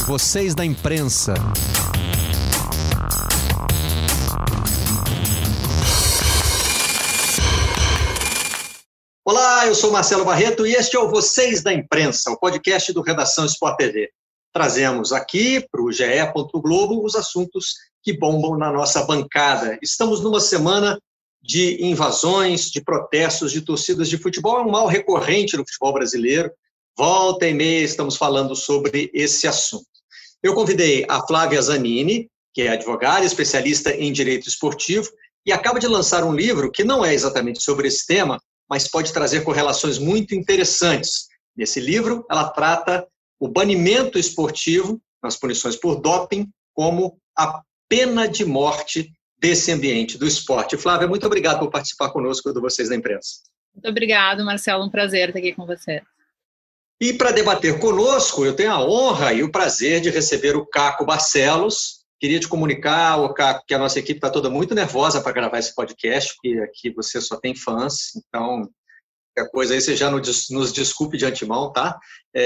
Vocês da imprensa. Olá, eu sou Marcelo Barreto e este é o Vocês da Imprensa, o podcast do Redação Sport TV. Trazemos aqui para o GE. Globo os assuntos que bombam na nossa bancada. Estamos numa semana de invasões, de protestos de torcidas de futebol. É um mal recorrente no futebol brasileiro. Volta e meia estamos falando sobre esse assunto. Eu convidei a Flávia Zanini, que é advogada, especialista em direito esportivo, e acaba de lançar um livro que não é exatamente sobre esse tema, mas pode trazer correlações muito interessantes. Nesse livro, ela trata o banimento esportivo, nas punições por doping, como a pena de morte desse ambiente do esporte. Flávia, muito obrigado por participar conosco do Vocês da Imprensa. Muito obrigado, Marcelo. Um prazer estar aqui com você. E para debater conosco, eu tenho a honra e o prazer de receber o Caco Barcelos. Queria te comunicar, Caco, que a nossa equipe está toda muito nervosa para gravar esse podcast, porque aqui você só tem fãs, então qualquer coisa aí você já nos desculpe de antemão, tá?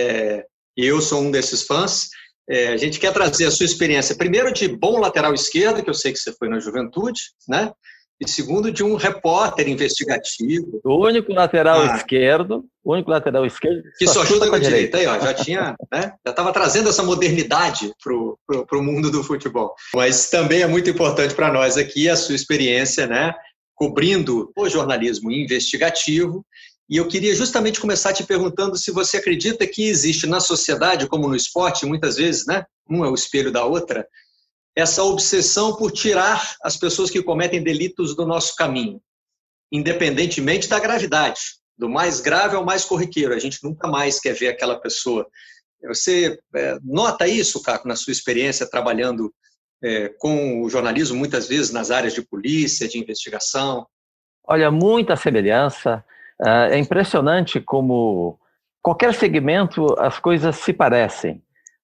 Eu sou um desses fãs. A gente quer trazer a sua experiência, primeiro, de bom lateral esquerdo, que eu sei que você foi na juventude, né? E segundo, de um repórter investigativo. O único lateral esquerdo que só chuta com a direita. Aí, ó, já tinha, né? Já estava trazendo essa modernidade pro mundo do futebol. Mas também é muito importante para nós aqui a sua experiência, né? Cobrindo o jornalismo investigativo. E eu queria justamente começar te perguntando se você acredita que existe na sociedade, como no esporte, muitas vezes, né? Um é o espelho da outra, essa obsessão por tirar as pessoas que cometem delitos do nosso caminho, independentemente da gravidade, do mais grave ao mais corriqueiro. A gente nunca mais quer ver aquela pessoa. Você nota isso, Caco, na sua experiência trabalhando com o jornalismo, muitas vezes nas áreas de polícia, de investigação? Olha, muita semelhança. É impressionante como qualquer segmento as coisas se parecem.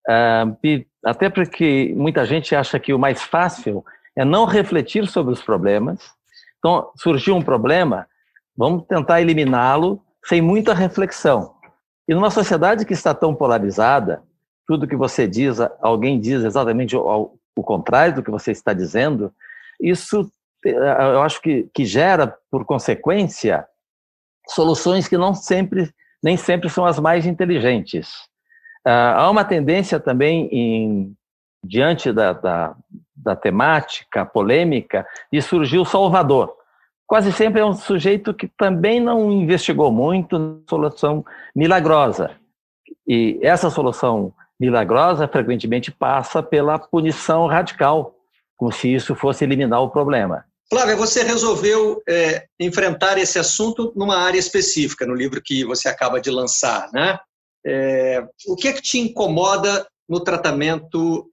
Até porque muita gente acha que o mais fácil é não refletir sobre os problemas. Então, surgiu um problema, vamos tentar eliminá-lo sem muita reflexão. E numa sociedade que está tão polarizada, tudo que você diz, alguém diz exatamente o contrário do que você está dizendo, isso eu acho que gera, por consequência, soluções que nem sempre são as mais inteligentes. Há uma tendência também, diante da temática polêmica, de surgir o salvador. Quase sempre é um sujeito que também não investigou muito, solução milagrosa. E essa solução milagrosa frequentemente passa pela punição radical, como se isso fosse eliminar o problema. Flávia, você resolveu enfrentar esse assunto numa área específica, no livro que você acaba de lançar, né? O que é que te incomoda no tratamento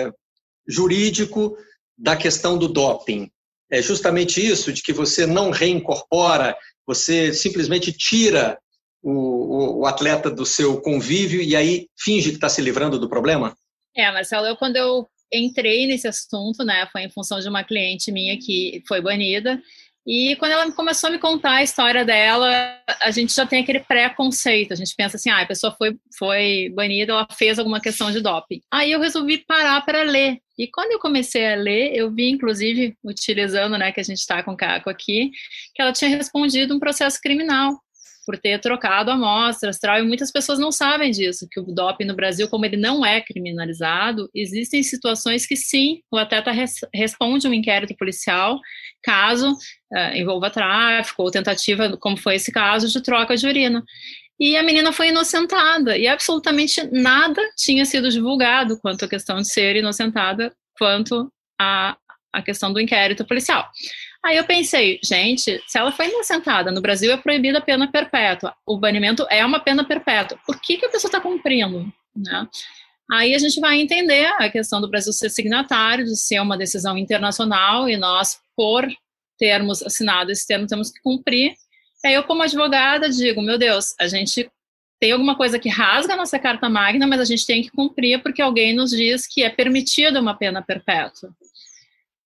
jurídico da questão do doping? É justamente isso, de que você não reincorpora, você simplesmente tira o atleta do seu convívio e aí finge que está se livrando do problema? Marcelo, quando eu entrei nesse assunto, né, foi em função de uma cliente minha que foi banida. E quando ela começou a me contar a história dela, a gente já tem aquele preconceito. A gente pensa assim, a pessoa foi banida, ela fez alguma questão de doping. Aí eu resolvi parar para ler. E quando eu comecei a ler, eu vi, inclusive, utilizando, né, que a gente está com o Caco aqui, que ela tinha respondido um processo criminal por ter trocado amostras, e muitas pessoas não sabem disso, que o doping no Brasil, como ele não é criminalizado, existem situações que sim, o atleta responde um inquérito policial, caso envolva tráfico ou tentativa, como foi esse caso, de troca de urina. E a menina foi inocentada, e absolutamente nada tinha sido divulgado quanto à questão de ser inocentada, quanto à questão do inquérito policial. Aí eu pensei, gente, se ela foi inocentada, no Brasil é proibida a pena perpétua, o banimento é uma pena perpétua, por que a pessoa está cumprindo, né? Aí a gente vai entender a questão do Brasil ser signatário, de ser uma decisão internacional, e nós, por termos assinado esse termo, temos que cumprir. Aí eu, como advogada, digo, meu Deus, a gente tem alguma coisa que rasga a nossa carta magna, mas a gente tem que cumprir porque alguém nos diz que é permitida uma pena perpétua.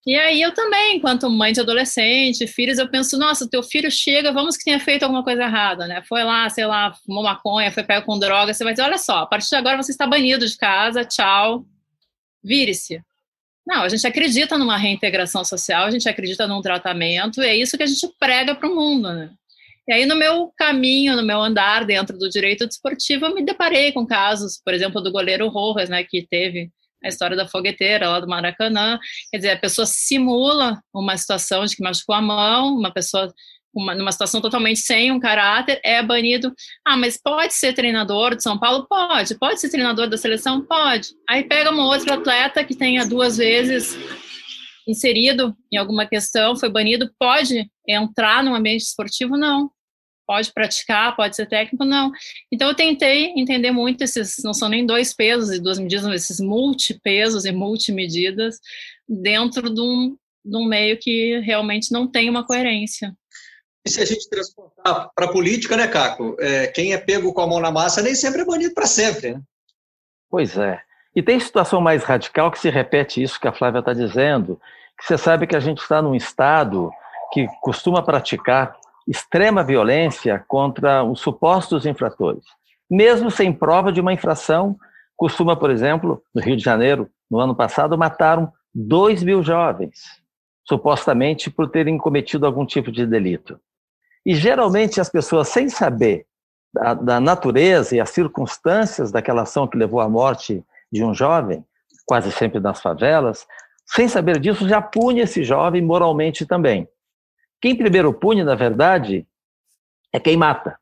E aí eu também, enquanto mãe de adolescente, filhos, eu penso, nossa, teu filho chega, vamos que tenha feito alguma coisa errada, né? Foi lá, sei lá, fumou maconha, foi pego com droga, você vai dizer, olha só, a partir de agora você está banido de casa, tchau, vire-se. Não, a gente acredita numa reintegração social, a gente acredita num tratamento, e é isso que a gente prega para o mundo, né? E aí, no meu caminho, no meu andar dentro do direito desportivo, eu me deparei com casos, por exemplo, do goleiro Rojas, né, que teve a história da fogueteira lá do Maracanã. Quer dizer, a pessoa simula uma situação de que machucou a mão, uma pessoa numa situação totalmente sem um caráter, é banido. Ah, mas pode ser treinador de São Paulo? Pode. Pode ser treinador da seleção? Pode. Aí pega uma outra atleta que tenha 2 vezes inserido em alguma questão, foi banido, pode entrar no ambiente esportivo? Não. Pode praticar, pode ser técnico? Não. Então eu tentei entender muito esses, não são nem 2 pesos e 2 medidas, mas esses multipesos e multimedidas dentro de um meio que realmente não tem uma coerência. E se a gente transportar para a política, né, Caco? Quem é pego com a mão na massa nem sempre é banido para sempre, né? Pois é. E tem situação mais radical que se repete isso que a Flávia está dizendo, que você sabe que a gente está num estado que costuma praticar extrema violência contra os supostos infratores. Mesmo sem prova de uma infração, costuma, por exemplo, no Rio de Janeiro, no ano passado, mataram 2.000 jovens, supostamente por terem cometido algum tipo de delito. E geralmente as pessoas, sem saber da natureza e as circunstâncias daquela ação que levou à morte de um jovem, quase sempre nas favelas, sem saber disso, já pune esse jovem moralmente também. Quem primeiro pune, na verdade, é quem mata.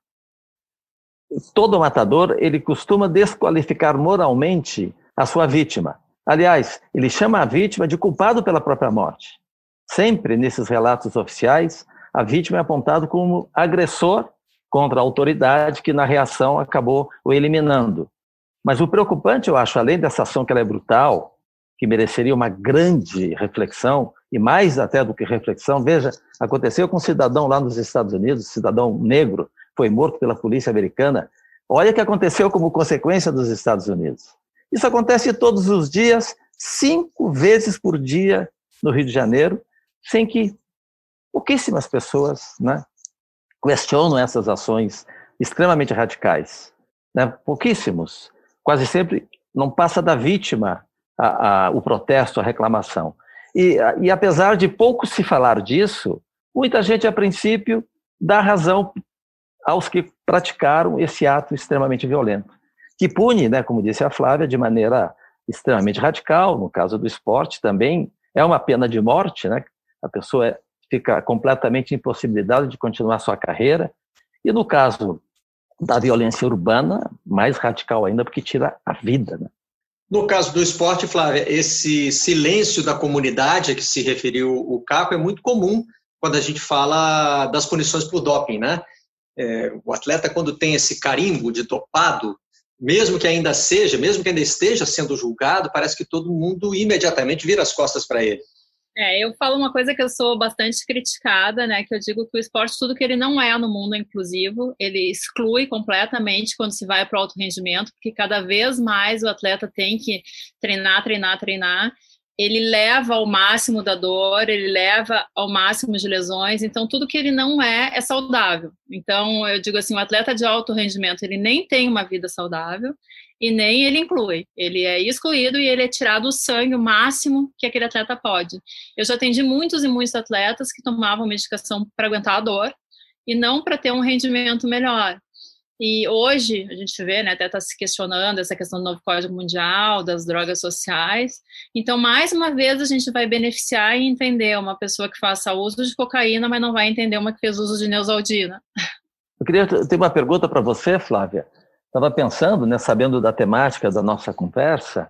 Todo matador, ele costuma desqualificar moralmente a sua vítima. Aliás, ele chama a vítima de culpado pela própria morte. Sempre, nesses relatos oficiais, a vítima é apontada como agressor contra a autoridade que, na reação, acabou o eliminando. Mas o preocupante, eu acho, além dessa ação que ela é brutal, que mereceria uma grande reflexão, e mais até do que reflexão, veja, aconteceu com um cidadão lá nos Estados Unidos, cidadão negro, foi morto pela polícia americana. Olha o que aconteceu como consequência dos Estados Unidos. Isso acontece todos os dias, 5 vezes por dia no Rio de Janeiro, sem que pouquíssimas pessoas, né, questionam essas ações extremamente radicais. Né? Pouquíssimos. Quase sempre não passa da vítima o protesto, a reclamação. E apesar de pouco se falar disso, muita gente, a princípio, dá razão aos que praticaram esse ato extremamente violento, que pune, né, como disse a Flávia, de maneira extremamente radical. No caso do esporte também é uma pena de morte, né? A pessoa fica completamente impossibilitada de continuar sua carreira. E no caso da violência urbana, mais radical ainda, porque tira a vida, né? No caso do esporte, Flávia, esse silêncio da comunidade a que se referiu o Caco é muito comum quando a gente fala das punições por doping, né? O atleta, quando tem esse carimbo de dopado, mesmo que ainda esteja sendo julgado, parece que todo mundo imediatamente vira as costas para ele. Eu falo uma coisa que eu sou bastante criticada, né, que eu digo que o esporte, tudo que ele não é no mundo é inclusivo, ele exclui completamente quando se vai para o alto rendimento, porque cada vez mais o atleta tem que treinar, ele leva ao máximo da dor, ele leva ao máximo de lesões, então tudo que ele não é saudável. Então eu digo assim, o atleta de alto rendimento, ele nem tem uma vida saudável, e nem ele inclui, ele é excluído e ele é tirado o sangue, o máximo que aquele atleta pode. Eu já atendi muitos e muitos atletas que tomavam medicação para aguentar a dor e não para ter um rendimento melhor. E hoje, a gente vê, né, até está se questionando essa questão do novo Código Mundial, das drogas sociais. Então, mais uma vez, a gente vai beneficiar e entender uma pessoa que faça uso de cocaína, mas não vai entender uma que fez uso de Neosaldina. Eu queria ter uma pergunta para você, Flávia. Estava pensando, né, sabendo da temática da nossa conversa,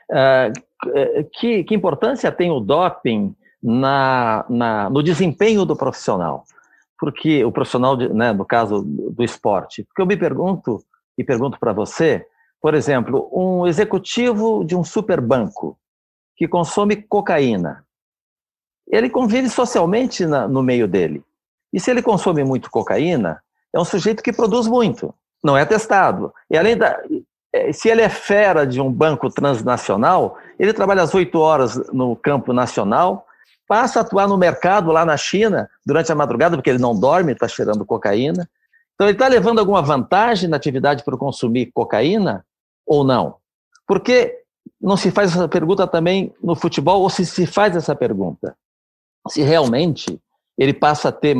que importância tem o doping no desempenho do profissional? Porque o profissional, né, no caso do esporte, porque eu me pergunto, e pergunto para você, por exemplo, um executivo de um superbanco que consome cocaína, ele convive socialmente no meio dele. E se ele consome muito cocaína, é um sujeito que produz muito. Não é testado. E além se ele é fera de um banco transnacional, ele trabalha às 8 horas no campo nacional, passa a atuar no mercado lá na China durante a madrugada, porque ele não dorme, está cheirando cocaína. Então, ele está levando alguma vantagem na atividade para consumir cocaína ou não? Por que não se faz essa pergunta também no futebol, ou se faz essa pergunta? Se realmente ele passa a ter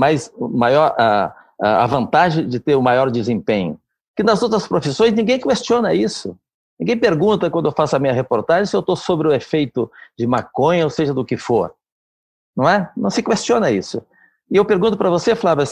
a vantagem de ter o maior desempenho. Porque nas outras profissões ninguém questiona isso. Ninguém pergunta, quando eu faço a minha reportagem, se eu estou sob o efeito de maconha, ou seja, do que for. Não é? Não se questiona isso. E eu pergunto para você, Flávia,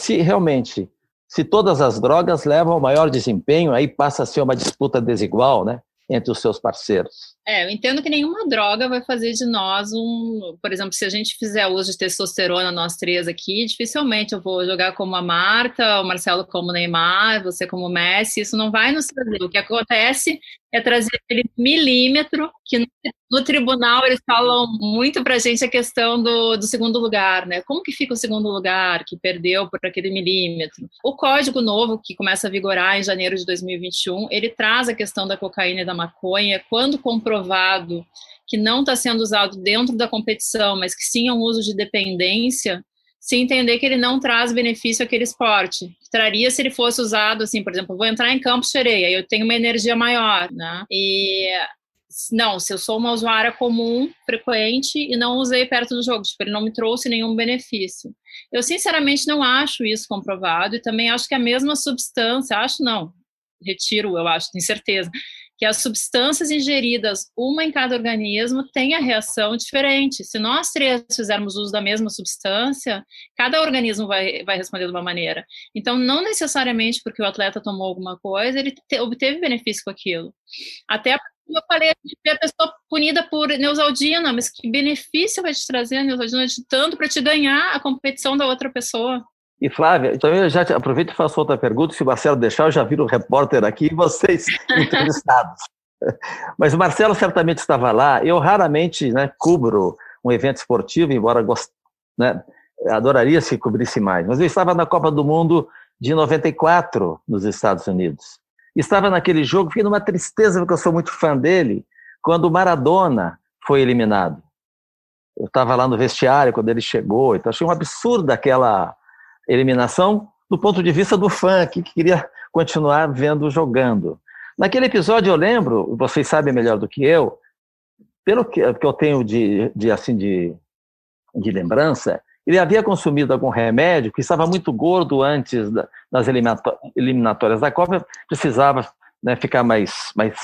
se todas as drogas levam ao maior desempenho, aí passa a ser uma disputa desigual, né, entre os seus parceiros. Eu entendo que nenhuma droga vai fazer de nós por exemplo, se a gente fizer uso de testosterona, nós três aqui, dificilmente eu vou jogar como a Marta, o Marcelo como o Neymar, você como o Messi, isso não vai nos trazer. O que acontece é trazer aquele milímetro que no tribunal eles falam muito pra gente a questão do segundo lugar, né? Como que fica o segundo lugar que perdeu por aquele milímetro? O código novo, que começa a vigorar em janeiro de 2021, ele traz a questão da cocaína e da maconha, quando comprovado que não está sendo usado dentro da competição, mas que sim é um uso de dependência, se entender que ele não traz benefício àquele esporte. Traria se ele fosse usado, assim, por exemplo, vou entrar em campo, cheirei, aí eu tenho uma energia maior, né? E não, se eu sou uma usuária comum, frequente, e não usei perto do jogo, tipo, ele não me trouxe nenhum benefício. Eu, sinceramente, não acho isso comprovado, e também acho que a mesma substância, eu acho, tenho certeza, que as substâncias ingeridas, uma em cada organismo, tem a reação diferente. Se nós três fizermos uso da mesma substância, cada organismo vai responder de uma maneira. Então, não necessariamente porque o atleta tomou alguma coisa, ele obteve benefício com aquilo. Até como eu falei, a gente vê a pessoa punida por Neosaldina, mas que benefício vai te trazer a Neosaldina de tanto para te ganhar a competição da outra pessoa? E Flávia, então eu já aproveito e faço outra pergunta, se o Marcelo deixar, eu já viro o repórter aqui e vocês entrevistados. Mas o Marcelo certamente estava lá, eu raramente, né, cubro um evento esportivo, embora adoraria se cobrisse mais, mas eu estava na Copa do Mundo de 94 nos Estados Unidos. Estava naquele jogo, fiquei numa tristeza, porque eu sou muito fã dele, quando o Maradona foi eliminado. Eu estava lá no vestiário quando ele chegou, então achei um absurdo aquela eliminação do ponto de vista do fã que queria continuar vendo jogando. Naquele episódio eu lembro, vocês sabem melhor do que eu, pelo que eu tenho de lembrança, ele havia consumido algum remédio que estava muito gordo antes das eliminatórias da Copa, precisava, né, ficar mais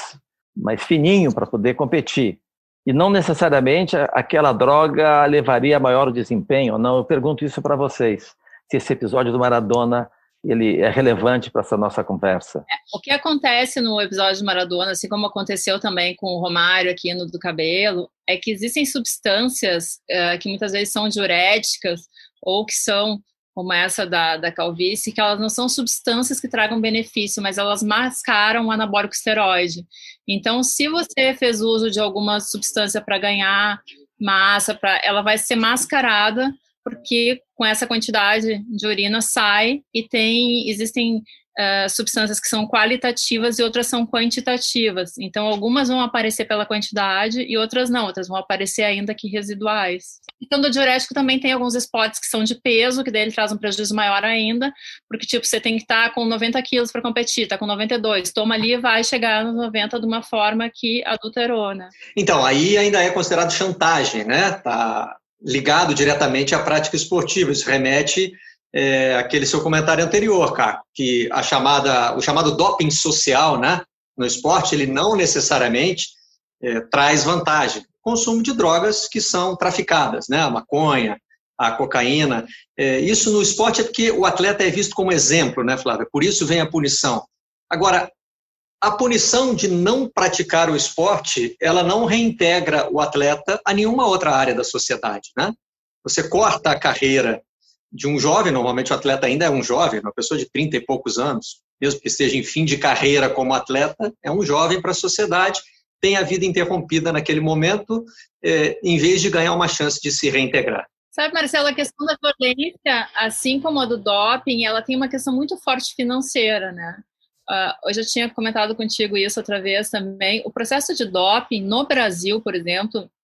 fininho para poder competir. E não necessariamente aquela droga levaria a maior desempenho. Não, eu pergunto isso para vocês. Se esse episódio do Maradona ele é relevante para essa nossa conversa. O que acontece no episódio do Maradona, assim como aconteceu também com o Romário aqui no do cabelo, é que existem substâncias que muitas vezes são diuréticas ou que são, como essa da calvície, que elas não são substâncias que tragam benefício, mas elas mascaram o anabólico esteroide. Então, se você fez uso de alguma substância para ganhar massa, ela vai ser mascarada, porque com essa quantidade de urina sai e existem substâncias que são qualitativas e outras são quantitativas. Então, algumas vão aparecer pela quantidade e outras não, outras vão aparecer ainda que residuais. Então, do diurético também tem alguns esportes que são de peso, que daí ele traz um prejuízo maior ainda, porque, tipo, você tem que estar com 90 quilos para competir, está com 92, toma ali e vai chegar nos 90 de uma forma que adulterou, né? Então, aí ainda é considerado chantagem, né? Tá ligado diretamente à prática esportiva. Isso remete àquele seu comentário anterior, Caco, que o chamado doping social, né, no esporte, ele não necessariamente traz vantagem. Consumo de drogas que são traficadas, né, a maconha, a cocaína. Isso no esporte é porque o atleta é visto como exemplo, né, Flávia? Por isso vem a punição. Agora, a punição de não praticar o esporte, ela não reintegra o atleta a nenhuma outra área da sociedade, né? Você corta a carreira de um jovem, normalmente o atleta ainda é um jovem, uma pessoa de 30 e poucos anos, mesmo que esteja em fim de carreira como atleta, é um jovem para a sociedade, tem a vida interrompida naquele momento, em vez de ganhar uma chance de se reintegrar. Sabe, Marcelo, a questão da violência, assim como a do doping, ela tem uma questão muito forte financeira, né? Eu já tinha comentado contigo isso outra vez também. O processo de doping no Brasil, por exemplo,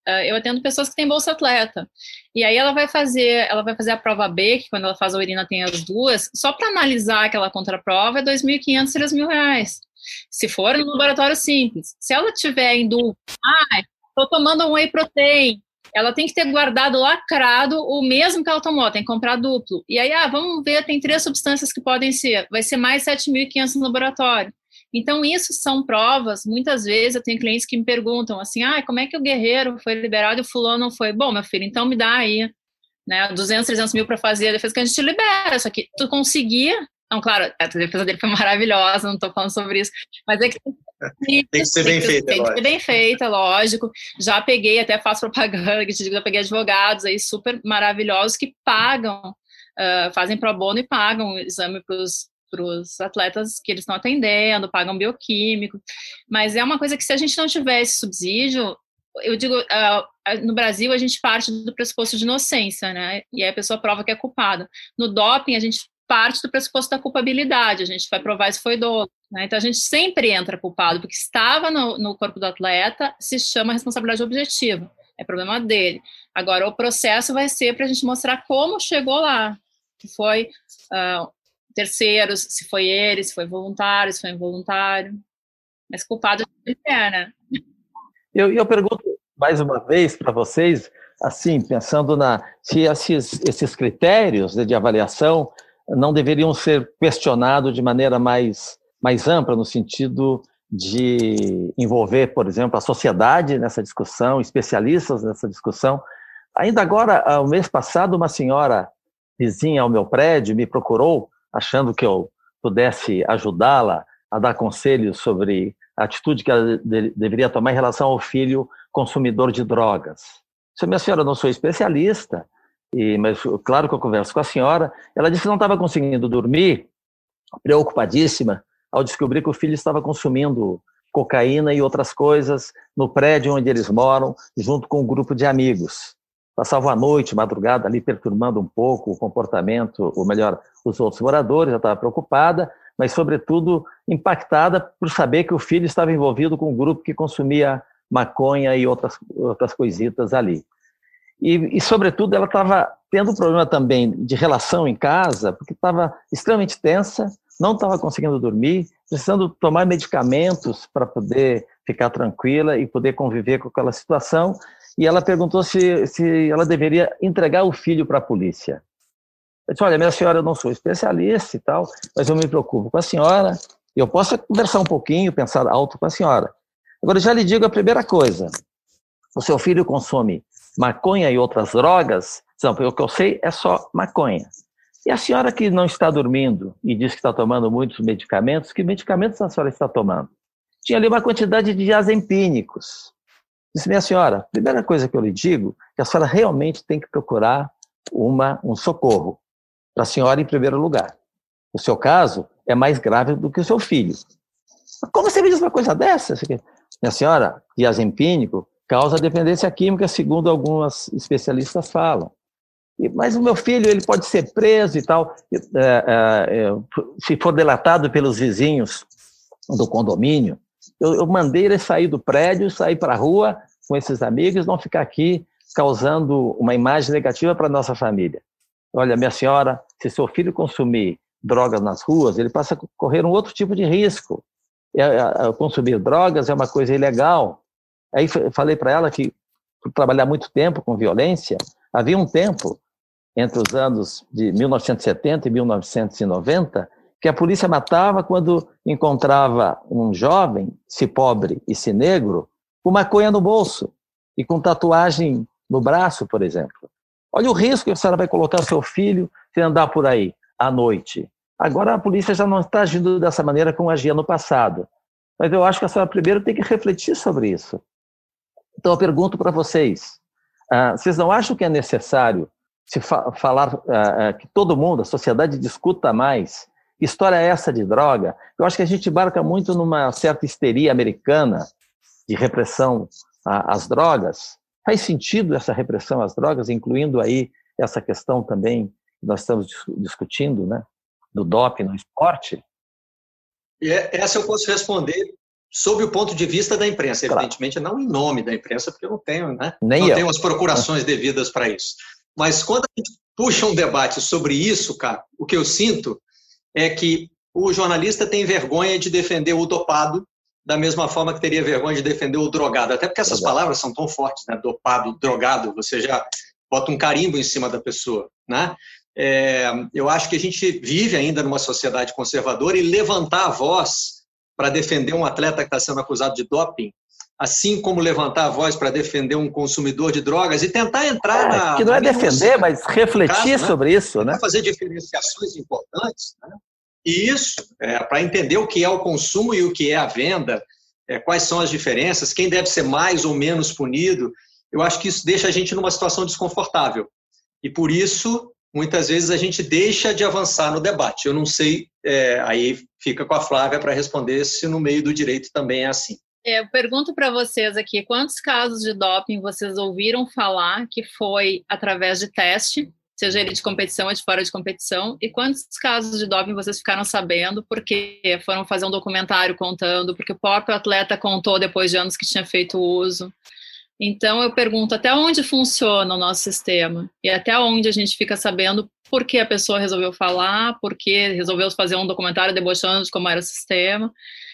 eu atendo pessoas que têm bolsa atleta. E aí ela vai fazer a prova B, que quando ela faz a urina tem as duas, só para analisar aquela contraprova é R$ 2.500, R$ 3.000. Se for no laboratório simples. Se ela tiver em dúvida, estou tomando um whey protein, ela tem que ter guardado lacrado o mesmo que ela tomou, tem que comprar duplo. E aí, vamos ver, tem 3 substâncias que podem ser, vai ser mais 7.500 no laboratório. Então, isso são provas, muitas vezes eu tenho clientes que me perguntam assim, como é que o Guerreiro foi liberado e o fulano não foi? Bom, meu filho, então me dá aí, né, 200, 300 mil para fazer a defesa que a gente libera, só que tu conseguia, então, claro, a defesa dele foi maravilhosa, não estou falando sobre isso, mas é que tem que ser bem feita, tem que ser bem feita, lógico. Já peguei, até faço propaganda, que te digo, já peguei advogados aí super maravilhosos que pagam, fazem pro bono e pagam o exame para os atletas que eles estão atendendo, pagam bioquímico. Mas é uma coisa que se a gente não tiver esse subsídio, eu digo, no Brasil a gente parte do pressuposto de inocência, né? E aí a pessoa prova que é culpada. No doping a gente parte do pressuposto da culpabilidade, a gente vai provar se foi dolo, né? Então a gente sempre entra culpado, porque estava no corpo do atleta, se chama responsabilidade objetiva, é problema dele. Agora, o processo vai ser para a gente mostrar como chegou lá, se foi terceiros, se foi ele, se foi voluntário, se foi involuntário, mas culpado é, né? Eu pergunto mais uma vez para vocês, assim, pensando se esses critérios de avaliação não deveriam ser questionados de maneira mais ampla, no sentido de envolver, por exemplo, a sociedade nessa discussão, especialistas nessa discussão. Ainda agora, o mês passado, uma senhora vizinha ao meu prédio me procurou, achando que eu pudesse ajudá-la a dar conselhos sobre a atitude que ela deveria tomar em relação ao filho consumidor de drogas. Se minha senhora, eu não sou especialista, mas claro que eu converso com a senhora, ela disse que não estava conseguindo dormir, preocupadíssima, ao descobrir que o filho estava consumindo cocaína e outras coisas no prédio onde eles moram, junto com um grupo de amigos. Passavam a noite, madrugada, ali perturbando um pouco o comportamento, ou melhor, os outros moradores. Ela estava preocupada, mas, sobretudo, impactada por saber que o filho estava envolvido com um grupo que consumia maconha e outras coisitas ali. E, sobretudo, ela estava tendo um problema também de relação em casa, porque estava extremamente tensa, não estava conseguindo dormir, precisando tomar medicamentos para poder ficar tranquila e poder conviver com aquela situação. E ela perguntou se ela deveria entregar o filho para a polícia. Eu disse, olha, minha senhora, eu não sou especialista e tal, mas eu me preocupo com a senhora, e eu posso conversar um pouquinho, pensar alto com a senhora. Agora, eu já lhe digo a primeira coisa. O seu filho consome maconha e outras drogas? Não, o que eu sei é só maconha. E a senhora que não está dormindo e diz que está tomando muitos medicamentos, que medicamentos a senhora está tomando? Tinha ali uma quantidade de diazepínicos. Disse, minha senhora, a primeira coisa que eu lhe digo é que a senhora realmente tem que procurar um socorro para a senhora em primeiro lugar. O seu caso é mais grave do que o seu filho. Como você me diz uma coisa dessa? Minha senhora, diazepínico causa dependência química, segundo alguns especialistas falam. Mas o meu filho, ele pode ser preso e tal, se for delatado pelos vizinhos do condomínio. Eu mandei ele sair do prédio, sair para a rua com esses amigos, não ficar aqui causando uma imagem negativa para a nossa família. Olha, minha senhora, se seu filho consumir drogas nas ruas, ele passa a correr um outro tipo de risco. Consumir drogas é uma coisa ilegal. Aí falei para ela que, por trabalhar muito tempo com violência, havia um tempo, entre os anos de 1970 e 1990, que a polícia matava quando encontrava um jovem, se pobre e se negro, com maconha no bolso e com tatuagem no braço, por exemplo. Olha o risco que a senhora vai colocar seu filho se andar por aí à noite. Agora a polícia já não está agindo dessa maneira como agia no passado. Mas eu acho que a senhora primeiro tem que refletir sobre isso. Então eu pergunto para vocês, vocês não acham que é necessário se falar que todo mundo, a sociedade discuta mais? Que história é essa de droga? Eu acho que a gente embarca muito numa certa histeria americana de repressão às drogas. Faz sentido essa repressão às drogas, incluindo aí essa questão também que nós estamos discutindo, né, do doping no esporte? E essa eu posso responder sob o ponto de vista da imprensa, Claro. evidentemente não em nome da imprensa, porque eu não tenho, né? Nem não eu. tenho as procurações devidas para isso. Mas quando a gente puxa um debate sobre isso, cara, o que eu sinto é que o jornalista tem vergonha de defender o dopado da mesma forma que teria vergonha de defender o drogado. Até porque essas palavras são tão fortes, né? Dopado, drogado, você já bota um carimbo em cima da pessoa, né? Eu acho que a gente vive ainda numa sociedade conservadora e levantar a voz para defender um atleta que está sendo acusado de doping, assim como levantar a voz para defender um consumidor de drogas e tentar entrar na... Que não é defender, mas refletir sobre isso, né? Fazer diferenciações importantes, né? E isso, para entender o que é o consumo e o que é a venda, quais são as diferenças, quem deve ser mais ou menos punido, eu acho que isso deixa a gente numa situação desconfortável. E por isso, muitas vezes, a gente deixa de avançar no debate. Eu não sei, aí fica com a Flávia para responder se no meio do direito também é assim. Eu pergunto para vocês aqui, quantos casos de doping vocês ouviram falar que foi através de teste, seja ele de competição ou de fora de competição, e quantos casos de doping vocês ficaram sabendo porque foram fazer um documentário contando, porque o próprio atleta contou depois de anos que tinha feito uso. Então eu pergunto até onde funciona o nosso sistema e até onde a gente fica sabendo por que a pessoa resolveu falar, por que resolveu fazer um documentário debochando de como era o sistema.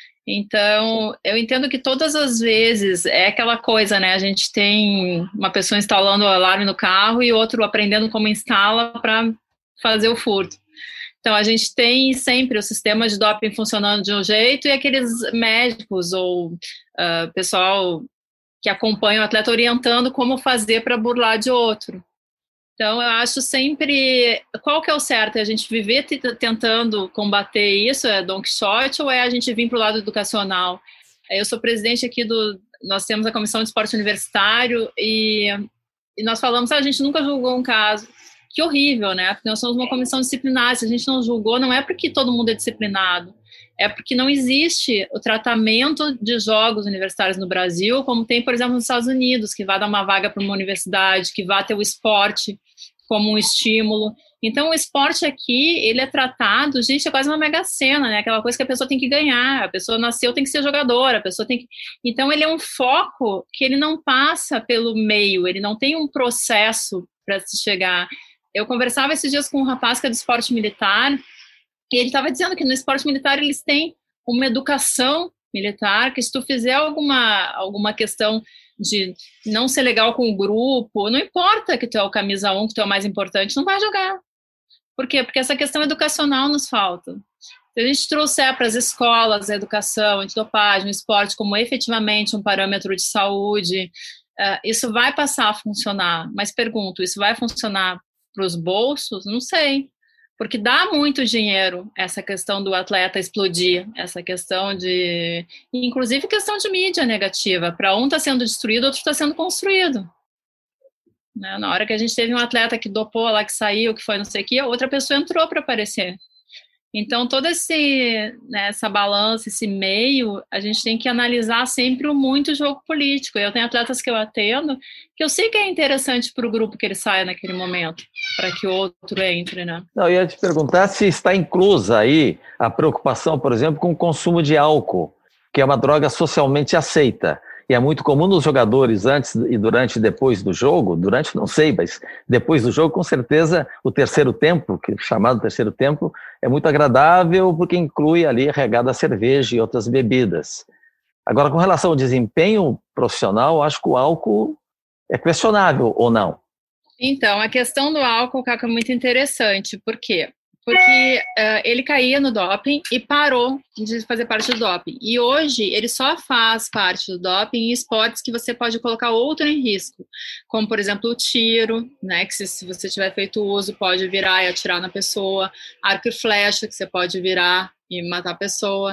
Então, eu entendo que todas as vezes é aquela coisa, né? A gente tem uma pessoa instalando o alarme no carro e outro aprendendo como instala para fazer o furto. Então, a gente tem sempre o sistema de doping funcionando de um jeito e aqueles médicos ou pessoal que acompanha o atleta orientando como fazer para burlar de outro. Então, eu acho sempre... Qual que é o certo? É a gente viver tentando combater isso, é Don Quixote, ou é a gente vir para o lado educacional? Eu sou presidente aqui Nós temos a Comissão de Esporte Universitário e nós falamos, a gente nunca julgou um caso. Que horrível, né? Porque nós somos uma comissão disciplinar. Se a gente não julgou, não é porque todo mundo é disciplinado. É porque não existe o tratamento de jogos universitários no Brasil, como tem, por exemplo, nos Estados Unidos, que vai dar uma vaga para uma universidade, que vai ter o esporte como um estímulo. Então, o esporte aqui, ele é tratado, gente, é quase uma mega-sena, né? Aquela coisa que a pessoa tem que ganhar, a pessoa nasceu, tem que ser jogadora, a pessoa tem que... Então, ele é um foco que ele não passa pelo meio, ele não tem um processo para se chegar. Eu conversava esses dias com um rapaz que é do esporte militar, e ele estava dizendo que no esporte militar eles têm uma educação militar, que se tu fizer alguma questão de não ser legal com o grupo, não importa que tu é o camisa 1, que tu é o mais importante, não vai jogar. Por quê? Porque essa questão educacional nos falta. Se a gente trouxer para as escolas a educação, antidopagem, o esporte como efetivamente um parâmetro de saúde, isso vai passar a funcionar. Mas pergunto, isso vai funcionar para os bolsos? Não sei. Porque dá muito dinheiro essa questão do atleta explodir, essa questão de... Inclusive questão de mídia negativa. Para um está sendo destruído, outro está sendo construído. Né? Na hora que a gente teve um atleta que dopou lá, que saiu, que foi não sei o que, outra pessoa entrou para aparecer. Então, toda essa balança, esse meio, a gente tem que analisar sempre o muito jogo político. Eu tenho atletas que eu atendo, que eu sei que é interessante para o grupo que ele saia naquele momento, para que o outro entre, né? Não, eu ia te perguntar se está inclusa aí a preocupação, por exemplo, com o consumo de álcool, que é uma droga socialmente aceita. E é muito comum nos jogadores antes e durante e depois do jogo, durante não sei, mas depois do jogo, com certeza, o terceiro tempo, que é chamado terceiro tempo, é muito agradável porque inclui ali regada a cerveja e outras bebidas. Agora, com relação ao desempenho profissional, acho que o álcool é questionável ou não? Então, a questão do álcool, Caco, é muito interessante. Por quê? Porque ele caía no doping e parou de fazer parte do doping. E hoje ele só faz parte do doping em esportes que você pode colocar outro em risco, como, por exemplo, o tiro, né, que se você tiver feito uso, pode virar e atirar na pessoa, arco e flecha, que você pode virar e matar a pessoa,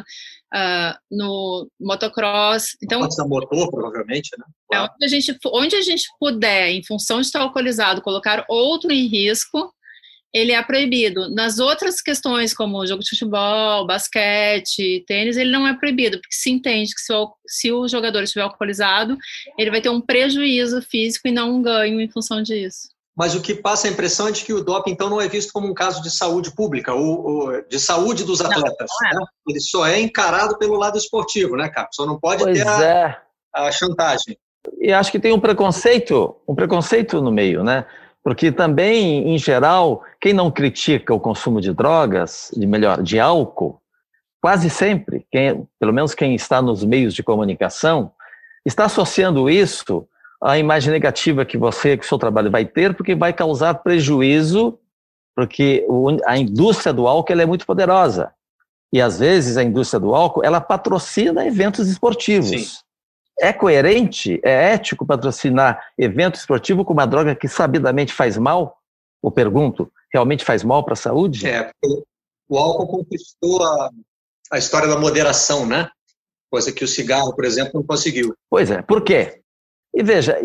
no motocross. Então, pode ser motor, provavelmente, né? Claro. Onde a gente puder, em função de estar alcoolizado, colocar outro em risco, ele é proibido. Nas outras questões, como jogo de futebol, basquete, tênis, ele não é proibido, porque se entende que se o jogador estiver alcoolizado, ele vai ter um prejuízo físico e não um ganho em função disso. mas o que passa a impressão é de que o doping, então, não é visto como um caso de saúde pública ou de saúde dos atletas. Não, né? Ele só é encarado pelo lado esportivo, né, Caco? Só não pode ter a chantagem. E acho que tem um preconceito no meio, né? Porque também, em geral, quem não critica o consumo de drogas, de álcool, quase sempre, pelo menos quem está nos meios de comunicação, está associando isso à imagem negativa que o seu trabalho vai ter, porque vai causar prejuízo, porque a indústria do álcool ela é muito poderosa. E, às vezes, a indústria do álcool ela patrocina eventos esportivos. Sim. É coerente, é ético patrocinar evento esportivo com uma droga que sabidamente faz mal? Eu pergunto, realmente faz mal para a saúde? Porque o álcool conquistou a história da moderação, né? Coisa que o cigarro, por exemplo, não conseguiu. Pois é, por quê? E veja,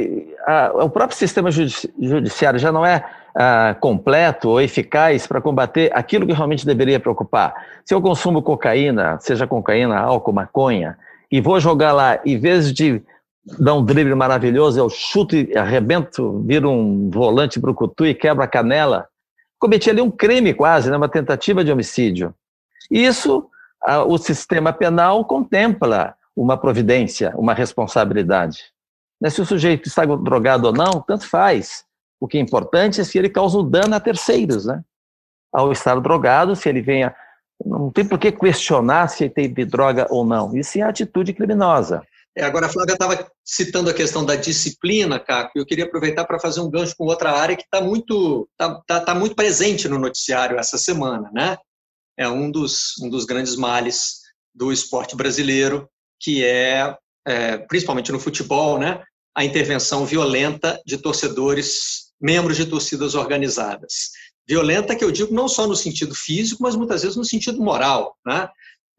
o próprio sistema judiciário já não é completo ou eficaz para combater aquilo que realmente deveria preocupar. Se eu consumo cocaína, seja cocaína, álcool, maconha, e vou jogar lá, em vez de dar um drible maravilhoso, eu chuto e arrebento, viro um volante brucutu e quebro a canela, cometi ali um crime quase, né, uma tentativa de homicídio. Isso, o sistema penal contempla uma providência, uma responsabilidade. Se o sujeito está drogado ou não, tanto faz. O que é importante é se ele causa um dano a terceiros, né? Ao estar drogado, se ele venha... Não tem por que questionar se ele teve droga ou não. Isso é atitude criminosa. Agora, a Flávia estava citando a questão da disciplina, Caco, e eu queria aproveitar para fazer um gancho com outra área que está muito presente no noticiário essa semana, né? É um dos grandes males do esporte brasileiro, que principalmente no futebol, né? A intervenção violenta de torcedores, membros de torcidas organizadas. Violenta que eu digo não só no sentido físico, mas muitas vezes no sentido moral, né?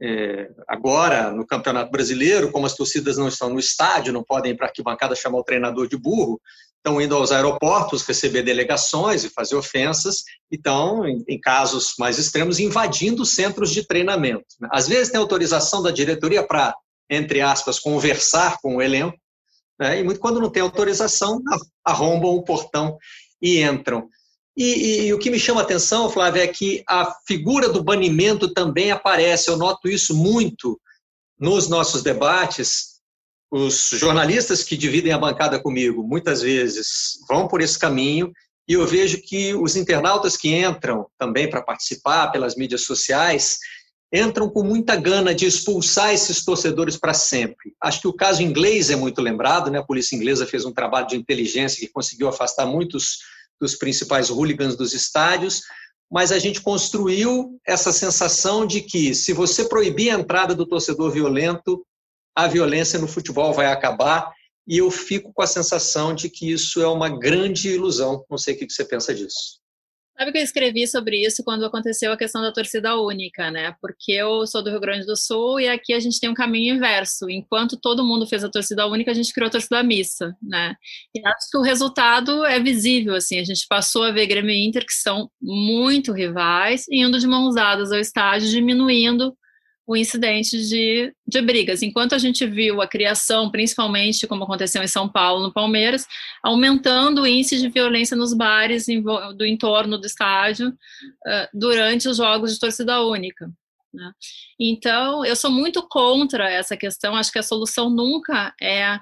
Agora, no Campeonato Brasileiro, como as torcidas não estão no estádio, não podem ir para a arquibancada chamar o treinador de burro, estão indo aos aeroportos receber delegações e fazer ofensas, e estão, em casos mais extremos, invadindo centros de treinamento. Às vezes tem autorização da diretoria para, entre aspas, conversar com o elenco, né? E muito quando não tem autorização, arrombam o portão e entram. E o que me chama a atenção, Flávia, é que a figura do banimento também aparece. Eu noto isso muito nos nossos debates. Os jornalistas que dividem a bancada comigo, muitas vezes, vão por esse caminho, e eu vejo que os internautas que entram também para participar pelas mídias sociais, entram com muita gana de expulsar esses torcedores para sempre. Acho que o caso inglês é muito lembrado, né? A polícia inglesa fez um trabalho de inteligência que conseguiu afastar muitos dos principais hooligans dos estádios, mas a gente construiu essa sensação de que, se você proibir a entrada do torcedor violento, a violência no futebol vai acabar, e eu fico com a sensação de que isso é uma grande ilusão. Não sei o que você pensa disso. Sabe que eu escrevi sobre isso quando aconteceu a questão da torcida única, né? Porque eu sou do Rio Grande do Sul e aqui a gente tem um caminho inverso. Enquanto todo mundo fez a torcida única, a gente criou a torcida mista, né? E acho que o resultado é visível, assim. A gente passou a ver Grêmio e Inter, que são muito rivais, indo de mãos dadas ao estádio, diminuindo o incidente de brigas. Enquanto a gente viu a criação, principalmente como aconteceu em São Paulo, no Palmeiras, aumentando o índice de violência nos bares do entorno do estádio durante os jogos de torcida única, né? Então, eu sou muito contra essa questão. Acho que a solução nunca é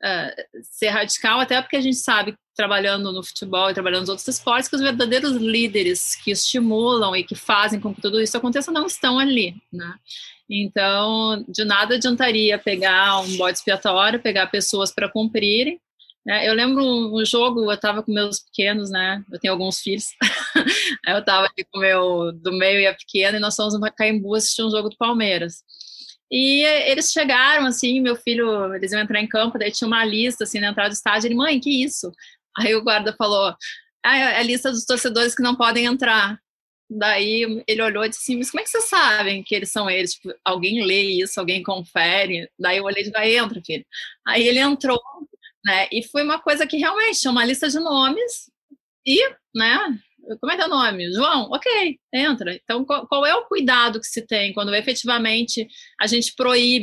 ser radical, até porque a gente sabe, trabalhando no futebol e trabalhando nos outros esportes, que os verdadeiros líderes que estimulam e que fazem com que tudo isso aconteça não estão ali, né? Então, de nada adiantaria pegar um bode expiatório, pegar pessoas para cumprirem, né? Eu lembro um jogo, eu estava com meus pequenos, né? Eu tenho alguns filhos. Eu estava aqui com o meu do meio e a pequena, e nós fomos no Pacaembu assistir um jogo do Palmeiras. E eles chegaram, assim, meu filho, eles iam entrar em campo, daí tinha uma lista, assim, na entrada do estádio. Ele, mãe, que isso? Aí o guarda falou, é a lista dos torcedores que não podem entrar. Daí ele olhou e disse assim, mas como é que vocês sabem que eles são eles? Tipo, alguém lê isso, alguém confere? Daí eu olhei e disse, entra, filho. Aí ele entrou, né? E foi uma coisa que realmente tinha uma lista de nomes e, né? Como é teu nome? João? Ok, entra. Então, qual é o cuidado que se tem quando efetivamente a gente proíbe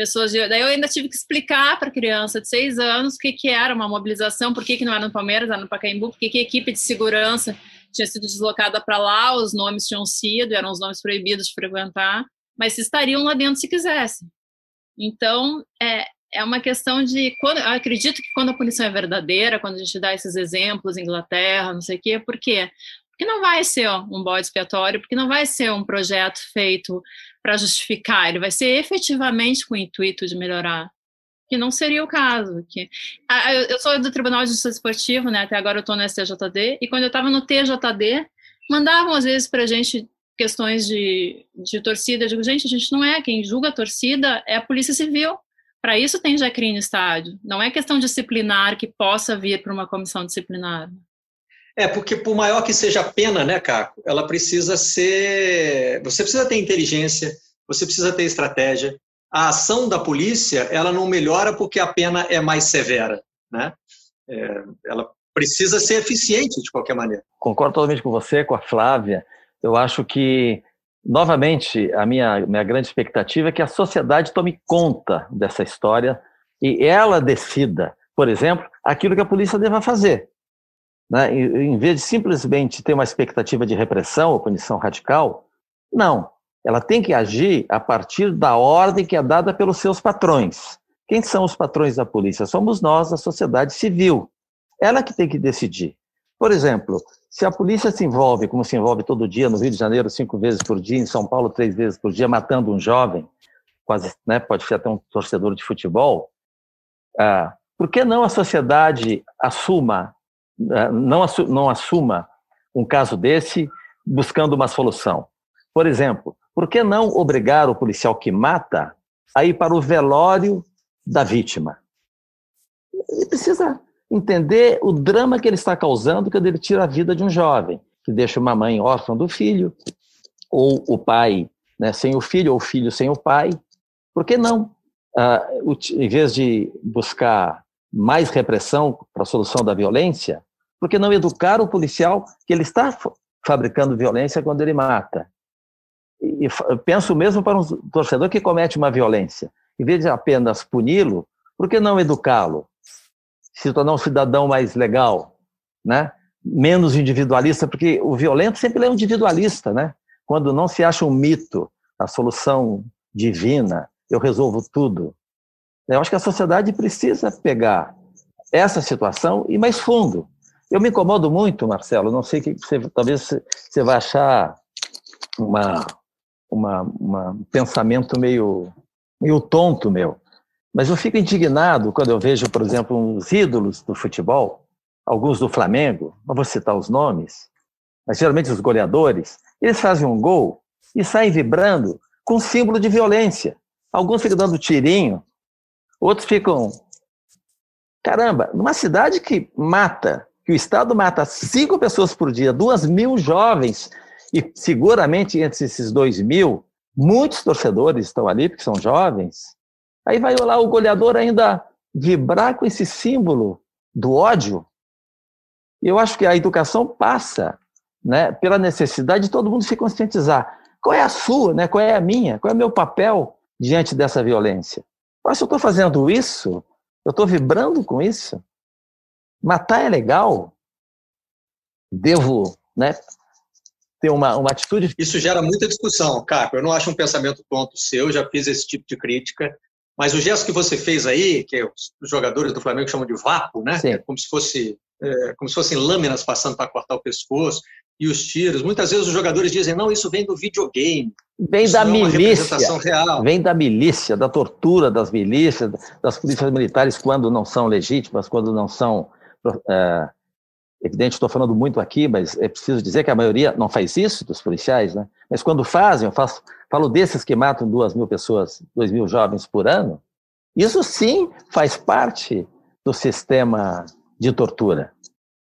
Daí eu ainda tive que explicar para a criança de 6 anos o que era uma mobilização, por que não era no Palmeiras, era no Pacaembu, por que a equipe de segurança tinha sido deslocada para lá, os nomes tinham sido, eram os nomes proibidos de frequentar, mas estariam lá dentro se quisessem. Então, é uma questão de... eu acredito que quando a punição é verdadeira, quando a gente dá esses exemplos, Inglaterra, não sei o quê, por quê? Porque não vai ser um bode expiatório, porque não vai ser um projeto feito para justificar, ele vai ser efetivamente com o intuito de melhorar, que não seria o caso. Eu sou do Tribunal de Justiça Esportivo, né? Até agora eu estou no STJD, e quando eu estava no TJD, mandavam às vezes para a gente questões de torcida. Eu digo, gente, a gente não é, quem julga a torcida é a Polícia Civil. Para isso tem JECRI no estádio. Não é questão disciplinar que possa vir para uma comissão disciplinar. Porque por maior que seja a pena, né, Caco, ela precisa ser... Você precisa ter inteligência, você precisa ter estratégia. A ação da polícia, ela não melhora porque a pena é mais severa, né? Ela precisa ser eficiente de qualquer maneira. Concordo totalmente com você, com a Flávia. Eu acho que, novamente, a minha grande expectativa é que a sociedade tome conta dessa história e ela decida, por exemplo, aquilo que a polícia deva fazer. Né? Em vez de simplesmente ter uma expectativa de repressão ou punição radical, não. Ela tem que agir a partir da ordem que é dada pelos seus patrões. Quem são os patrões da polícia? Somos nós, a sociedade civil. Ela que tem que decidir. Por exemplo, se a polícia se envolve, como se envolve todo dia, no Rio de Janeiro 5 vezes por dia, em São Paulo 3 vezes por dia, matando um jovem, quase, né, pode ser até um torcedor de futebol, por que não a sociedade não assuma um caso desse buscando uma solução? Por exemplo, por que não obrigar o policial que mata a ir para o velório da vítima? Ele precisa entender o drama que ele está causando quando ele tira a vida de um jovem, que deixa uma mãe órfã do filho, ou o pai, né, sem o filho, ou o filho sem o pai. Por que não, em vez de buscar mais repressão para a solução da violência, por que não educar o policial que ele está fabricando violência quando ele mata? E penso mesmo para um torcedor que comete uma violência. Em vez de apenas puni-lo, por que não educá-lo? Se tornar um cidadão mais legal, né? Menos individualista, porque o violento sempre é um individualista, né? Quando não se acha um mito, a solução divina, eu resolvo tudo. Eu acho que a sociedade precisa pegar essa situação e ir mais fundo. Eu me incomodo muito, Marcelo, não sei que talvez você vai achar um pensamento meio tonto meu, mas eu fico indignado quando eu vejo, por exemplo, uns ídolos do futebol, alguns do Flamengo, não vou citar os nomes, mas geralmente os goleadores, eles fazem um gol e saem vibrando com símbolo de violência. Alguns ficam dando tirinho, outros ficam... Caramba, numa cidade que o Estado mata 5 pessoas por dia, 2.000 jovens, e seguramente entre esses 2.000, muitos torcedores estão ali, porque são jovens, aí vai lá o goleador ainda vibrar com esse símbolo do ódio. E eu acho que a educação passa, né, pela necessidade de todo mundo se conscientizar. Qual é a sua, né, qual é a minha, qual é o meu papel diante dessa violência? Mas se eu estou fazendo isso, eu estou vibrando com isso? Matar é legal? Devo, né, ter uma atitude... Isso gera muita discussão, Caco. Eu não acho um pensamento tonto seu, já fiz esse tipo de crítica, mas o gesto que você fez aí, que os jogadores do Flamengo chamam de vapo, né? É como se fossem lâminas passando para cortar o pescoço, e os tiros. Muitas vezes os jogadores dizem, não, isso vem do videogame. Vem da milícia, vem da milícia, da tortura das milícias, das polícias militares quando não são legítimas, quando não são... Evidente, estou falando muito aqui, mas é preciso dizer que a maioria não faz isso, dos policiais, né? Mas quando fazem, falo desses que matam 2.000 pessoas, 2.000 jovens por ano, isso sim faz parte do sistema de tortura.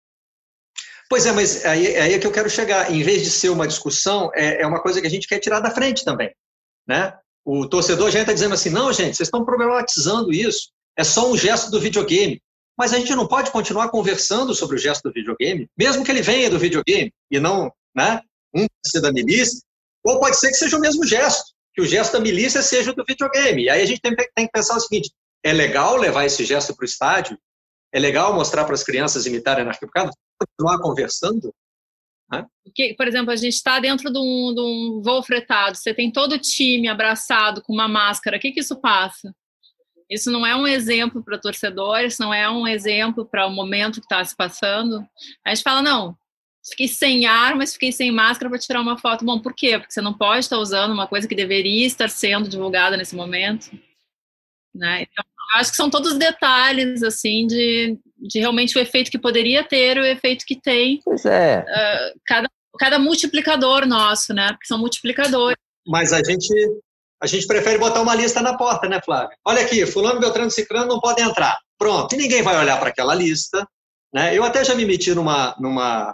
Pois é, mas aí é que eu quero chegar. Em vez de ser uma discussão, é uma coisa que a gente quer tirar da frente também, né? O torcedor já está dizendo assim, não, gente, vocês estão problematizando isso, é só um gesto do videogame. Mas a gente não pode continuar conversando sobre o gesto do videogame, mesmo que ele venha do videogame e não, né, um ser da milícia, ou pode ser que seja o mesmo gesto, que o gesto da milícia seja o do videogame. E aí a gente tem que pensar o seguinte, é legal levar esse gesto para o estádio? É legal mostrar para as crianças imitarem na arquibancada? Continuar conversando? Né? Porque, por exemplo, a gente está dentro de um voo fretado, você tem todo o time abraçado com uma máscara, o que isso passa? Isso não é um exemplo para torcedores, não é um exemplo para o momento que está se passando. A gente fala, não, fiquei sem ar, mas fiquei sem máscara para tirar uma foto. Bom, por quê? Porque você não pode estar usando uma coisa que deveria estar sendo divulgada nesse momento. Né? Então, acho que são todos detalhes, assim, de realmente o efeito que poderia ter, o efeito que tem. Pois é. Cada multiplicador nosso, né? Porque são multiplicadores. Mas a gente prefere botar uma lista na porta, né, Flávia? Olha aqui, fulano, beltrano, ciclano não podem entrar. Pronto, e ninguém vai olhar para aquela lista. Né? Eu até já me meti numa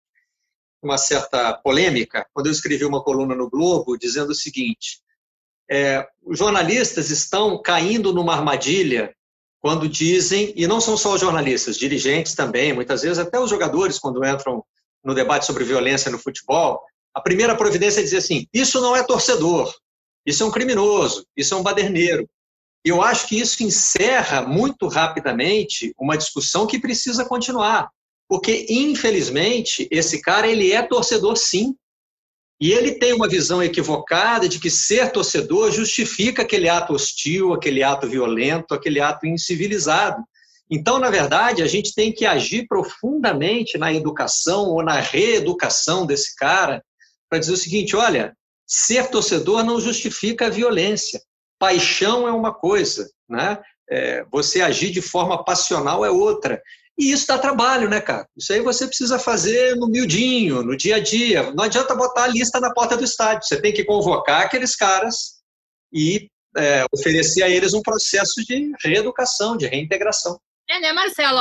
certa polêmica, quando eu escrevi uma coluna no Globo, dizendo o seguinte, os jornalistas estão caindo numa armadilha quando dizem, e não são só os jornalistas, dirigentes também, muitas vezes até os jogadores, quando entram no debate sobre violência no futebol, a primeira providência é dizer assim, isso não é torcedor, isso é um criminoso, isso é um baderneiro. E eu acho que isso encerra muito rapidamente uma discussão que precisa continuar, porque, infelizmente, esse cara ele é torcedor sim, e ele tem uma visão equivocada de que ser torcedor justifica aquele ato hostil, aquele ato violento, aquele ato incivilizado. Então, na verdade, a gente tem que agir profundamente na educação ou na reeducação desse cara para dizer o seguinte, olha, ser torcedor não justifica a violência. Paixão é uma coisa, né? Você agir de forma passional é outra. E isso dá trabalho, né, cara? Isso aí você precisa fazer no miudinho, no dia a dia. Não adianta botar a lista na porta do estádio. Você tem que convocar aqueles caras e oferecer a eles um processo de reeducação, de reintegração. Né, Marcelo?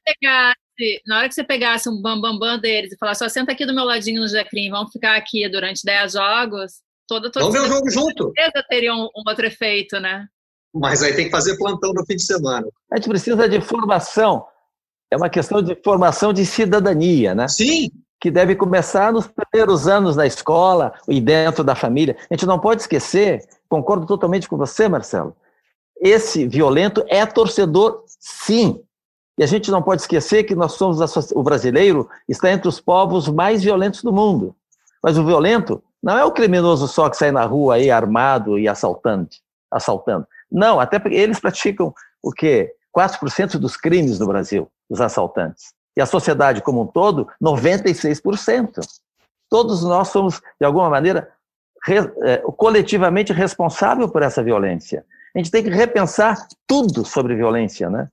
Na hora que você pegasse um bambambam deles e falasse, senta aqui do meu ladinho no Jacrim, vamos ficar aqui durante 10 jogos, vamos ver o jogo junto. Teria um outro efeito, né? Mas aí tem que fazer plantão no fim de semana. A gente precisa de formação. É uma questão de formação de cidadania, né? Sim. Que deve começar nos primeiros anos da escola e dentro da família. A gente não pode esquecer, concordo totalmente com você, Marcelo, esse violento é torcedor, sim. E a gente não pode esquecer que nós somos o brasileiro está entre os povos mais violentos do mundo. Mas o violento não é o criminoso só que sai na rua aí armado e assaltando. Não, até porque eles praticam o quê? 4% dos crimes no Brasil, os assaltantes. E a sociedade como um todo, 96%. Todos nós somos, de alguma maneira, coletivamente responsáveis por essa violência. A gente tem que repensar tudo sobre violência, né?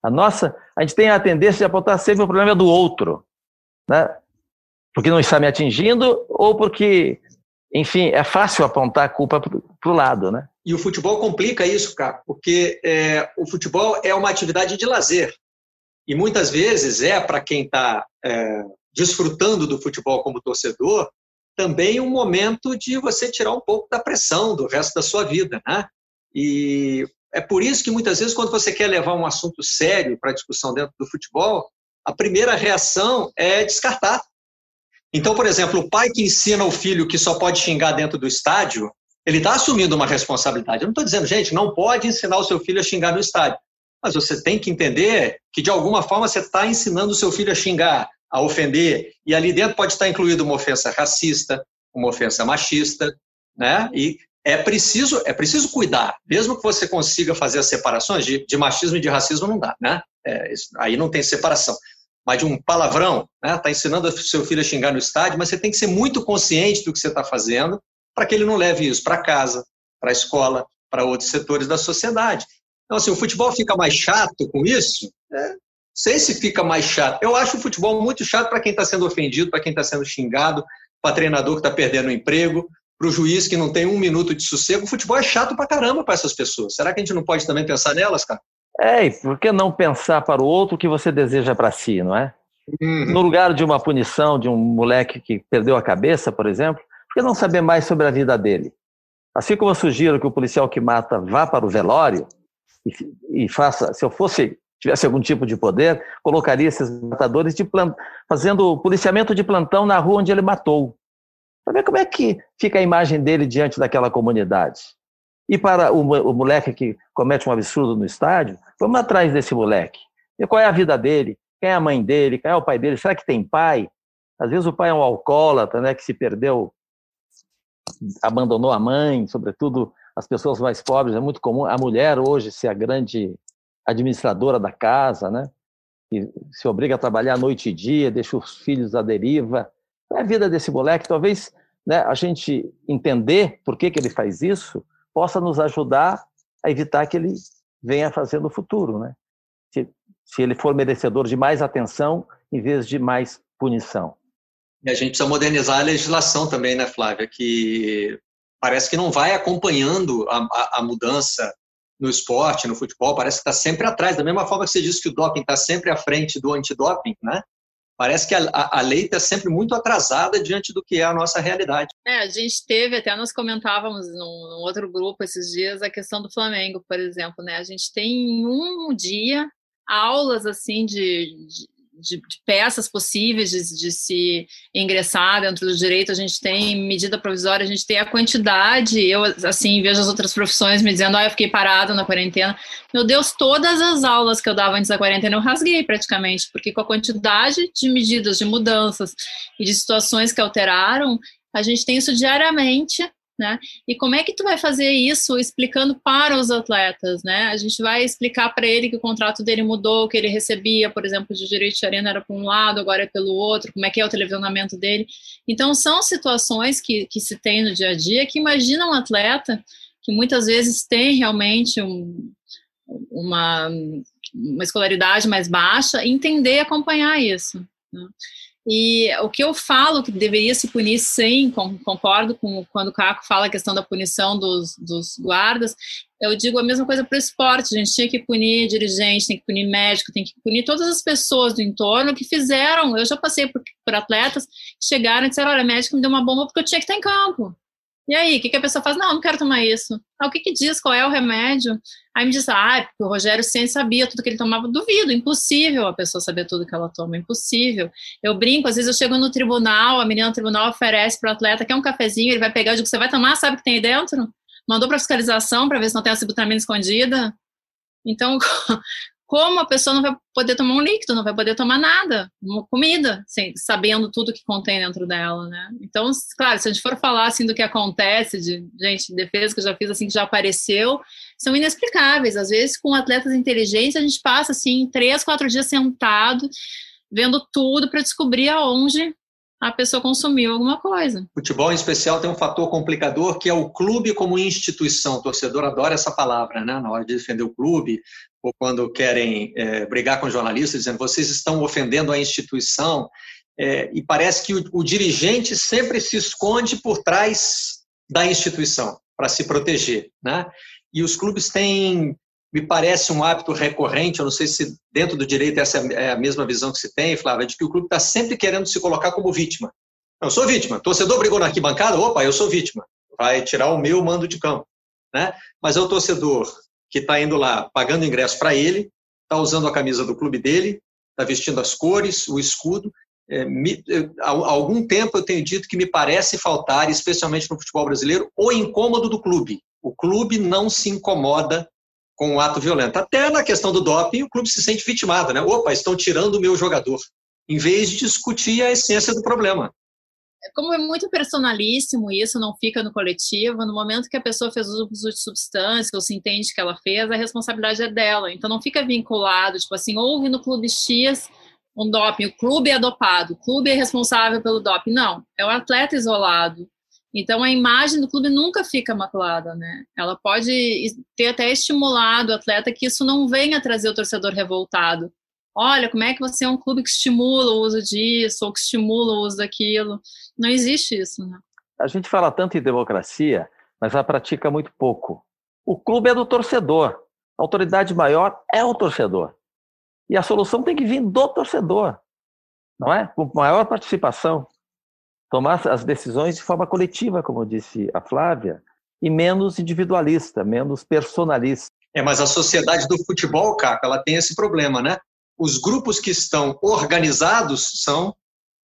A gente tem a tendência de apontar sempre o problema do outro, né? Porque não está me atingindo ou porque, enfim, é fácil apontar a culpa para o lado, né? E o futebol complica isso, cara, porque o futebol é uma atividade de lazer. E muitas vezes para quem está desfrutando do futebol como torcedor, também um momento de você tirar um pouco da pressão do resto da sua vida, né? E é por isso que muitas vezes, quando você quer levar um assunto sério para a discussão dentro do futebol, a primeira reação é descartar. Então, por exemplo, o pai que ensina o filho que só pode xingar dentro do estádio, ele está assumindo uma responsabilidade. Eu não estou dizendo, gente, não pode ensinar o seu filho a xingar no estádio. Mas você tem que entender que, de alguma forma, você está ensinando o seu filho a xingar, a ofender. E ali dentro pode estar incluída uma ofensa racista, uma ofensa machista, né? E é preciso cuidar. Mesmo que você consiga fazer as separações, de machismo e de racismo não dá, né? Aí não tem separação. Mas de um palavrão, né? Está ensinando o seu filho a xingar no estádio, mas você tem que ser muito consciente do que você está fazendo para que ele não leve isso para casa, para a escola, para outros setores da sociedade. Então, assim, o futebol fica mais chato com isso? Não sei se fica mais chato. Eu acho o futebol muito chato para quem está sendo ofendido, para quem está sendo xingado, para treinador que está perdendo o emprego, para o juiz que não tem um minuto de sossego. O futebol é chato para caramba para essas pessoas. Será que a gente não pode também pensar nelas, cara? E por que não pensar para o outro o que você deseja para si, não é? No lugar de uma punição de um moleque que perdeu a cabeça, por exemplo, por que não saber mais sobre a vida dele? Assim como eu sugiro que o policial que mata vá para o velório e faça, se eu tivesse algum tipo de poder, colocaria esses matadores fazendo policiamento de plantão na rua onde ele matou. para ver como é que fica a imagem dele diante daquela comunidade. E para o moleque que comete um absurdo no estádio, vamos atrás desse moleque. E qual é a vida dele? Quem é a mãe dele? Quem é o pai dele? Será que tem pai? Às vezes o pai é um alcoólatra, né, que se perdeu, abandonou a mãe, sobretudo as pessoas mais pobres. É muito comum a mulher hoje ser a grande administradora da casa, né? E se obriga a trabalhar noite e dia, deixa os filhos à deriva. É a vida desse moleque. Talvez, né, a gente entender por que ele faz isso possa nos ajudar a evitar que ele venha a fazer no futuro, né? Se ele for merecedor de mais atenção em vez de mais punição. E a gente precisa modernizar a legislação também, né, Flávia? Que parece que não vai acompanhando a mudança no esporte, no futebol, parece que está sempre atrás. Da mesma forma que você disse que o doping está sempre à frente do antidoping, né? Parece que a lei está sempre muito atrasada diante do que é a nossa realidade. A gente teve, até nós comentávamos num outro grupo esses dias, a questão do Flamengo, por exemplo, né? A gente tem um dia aulas assim de peças possíveis de se ingressar dentro do direito. A gente tem medida provisória, a gente tem a quantidade. Eu, assim, vejo as outras profissões me dizendo, eu fiquei parado na quarentena. Meu Deus, todas as aulas que eu dava antes da quarentena eu rasguei praticamente, porque com a quantidade de medidas, de mudanças e de situações que alteraram, a gente tem isso diariamente, né? E como é que tu vai fazer isso explicando para os atletas, né? A gente vai explicar para ele que o contrato dele mudou, que ele recebia, por exemplo, de direito de arena era para um lado, agora é pelo outro, como é que é o televisionamento dele. Então, são situações que se tem no dia a dia, que imagina um atleta que muitas vezes tem realmente uma escolaridade mais baixa, entender e acompanhar isso, né? E o que eu falo que deveria se punir, sim, concordo com quando o Caco fala a questão da punição dos guardas, eu digo a mesma coisa para o esporte. A gente tinha que punir dirigente, tem que punir médico, tem que punir todas as pessoas do entorno que fizeram. Eu já passei por atletas que chegaram e disseram, olha, médico me deu uma bomba porque eu tinha que estar em campo. E aí, o que a pessoa faz? Não quero tomar isso. O que diz? Qual é o remédio? Aí me diz, porque o Rogério Ceni sabia tudo que ele tomava. Duvido, impossível a pessoa saber tudo que ela toma, impossível. Eu brinco, às vezes eu chego no tribunal, a menina no tribunal oferece para o atleta, quer um cafezinho, ele vai pegar, eu digo, você vai tomar, sabe o que tem aí dentro? Mandou para fiscalização para ver se não tem a cibutamina escondida. Então, como a pessoa não vai poder tomar um líquido, não vai poder tomar nada, uma comida, assim, sabendo tudo que contém dentro dela, né? Então, claro, se a gente for falar assim do que acontece, de defesa que eu já fiz, assim, que já apareceu, são inexplicáveis. Às vezes, com atletas inteligentes, a gente passa, assim, 3, 4 dias sentado, vendo tudo para descobrir aonde a pessoa consumiu alguma coisa. Futebol, em especial, tem um fator complicador, que é o clube como instituição. O torcedor adora essa palavra, né? Na hora de defender o clube, ou quando querem brigar com jornalistas, dizendo vocês estão ofendendo a instituição, e parece que o dirigente sempre se esconde por trás da instituição, para se proteger, né? E os clubes têm, me parece, um hábito recorrente, eu não sei se dentro do direito essa é a mesma visão que se tem, Flávia, de que o clube está sempre querendo se colocar como vítima. Eu sou vítima, torcedor brigou na arquibancada, opa, eu sou vítima, vai tirar o meu mando de campo, né? Mas é o torcedor que está indo lá, pagando ingresso para ele, está usando a camisa do clube dele, está vestindo as cores, o escudo. Há algum tempo eu tenho dito que me parece faltar, especialmente no futebol brasileiro, o incômodo do clube. O clube não se incomoda com o ato violento. Até na questão do doping, o clube se sente vitimado, né? Opa, estão tirando o meu jogador, em vez de discutir a essência do problema. Como é muito personalíssimo isso, não fica no coletivo, no momento que a pessoa fez uso de substância, ou se entende que ela fez, a responsabilidade é dela. Então não fica vinculado, tipo assim, houve no clube X um doping, o clube é dopado, o clube é responsável pelo doping. Não, é o atleta isolado. Então a imagem do clube nunca fica maculada, né? Ela pode ter até estimulado o atleta que isso não venha trazer o torcedor revoltado. Olha, como é que você é um clube que estimula o uso disso, ou que estimula o uso daquilo? Não existe isso, né? A gente fala tanto em democracia, mas a pratica muito pouco. O clube é do torcedor. A autoridade maior é o torcedor. E a solução tem que vir do torcedor, não é? Com maior participação. Tomar as decisões de forma coletiva, como disse a Flávia, e menos individualista, menos personalista. Mas a sociedade do futebol, Caco, ela tem esse problema, né? Os grupos que estão organizados são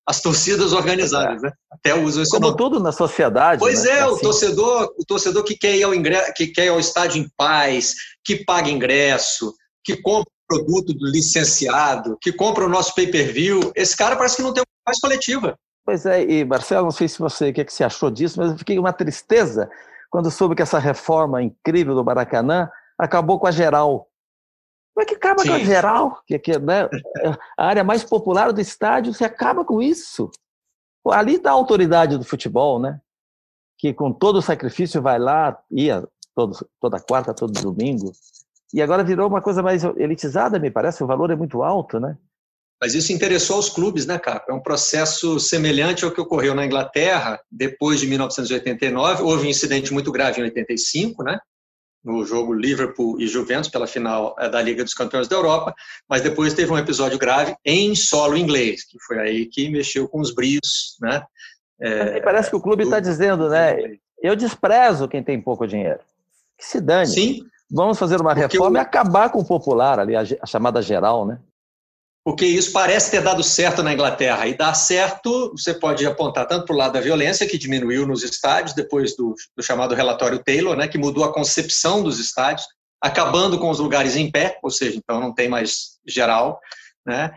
as torcidas organizadas, né? Até usam esse Como nome. tudo na sociedade. Pois né? é, Assim. o torcedor que quer ir ao estádio em paz, que paga ingresso, que compra produto licenciado, que compra o nosso pay-per-view, esse cara parece que não tem uma paz coletiva. Pois é, e Marcelo, não sei se o que você achou disso, mas eu fiquei com uma tristeza quando soube que essa reforma incrível do Maracanã acabou com a geral. Como é que acaba com a geral? Né, a área mais popular do estádio, você acaba com isso. Ali está a autoridade do futebol, né? Que com todo o sacrifício vai lá, ia toda quarta, todo domingo, e agora virou uma coisa mais elitizada, me parece, o valor é muito alto, né? Mas isso interessou aos clubes, né, Caco? É um processo semelhante ao que ocorreu na Inglaterra depois de 1989. Houve um incidente muito grave em 85, né? No jogo Liverpool e Juventus pela final da Liga dos Campeões da Europa, mas depois teve um episódio grave em solo inglês, que foi aí que mexeu com os brios, né? Parece que o clube está dizendo, né? Eu desprezo quem tem pouco dinheiro. Que se dane. Sim. Vamos fazer uma reforma e acabar com o popular ali, a chamada geral, né? Porque isso parece ter dado certo na Inglaterra. E dá certo, você pode apontar tanto para o lado da violência, que diminuiu nos estádios, depois do chamado relatório Taylor, né, que mudou a concepção dos estádios, acabando com os lugares em pé, ou seja, então não tem mais geral. Né?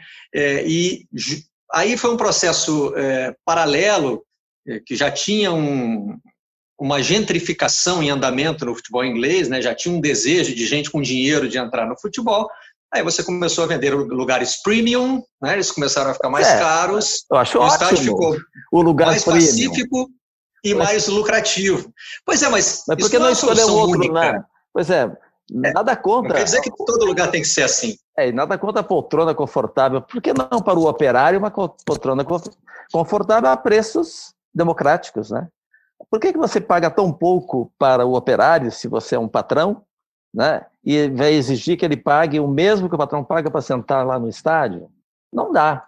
E aí foi um processo paralelo, que já tinha uma gentrificação em andamento no futebol inglês, né? Já tinha um desejo de gente com dinheiro de entrar no futebol. Aí você começou a vender lugares premium, né? Eles começaram a ficar mais caros. Eu acho o ótimo. estádio ficou o lugar mais premium. pacífico e mais lucrativo. Pois é, mas por que não escolher um outro lugar? Pois é, nada contra. Não quer dizer que todo lugar tem que ser assim. E nada contra a poltrona confortável. Por que não para o operário uma poltrona confortável a preços democráticos, né? Por que você paga tão pouco para o operário se você é um patrão, né? E vai exigir que ele pague o mesmo que o patrão paga para sentar lá no estádio? Não dá.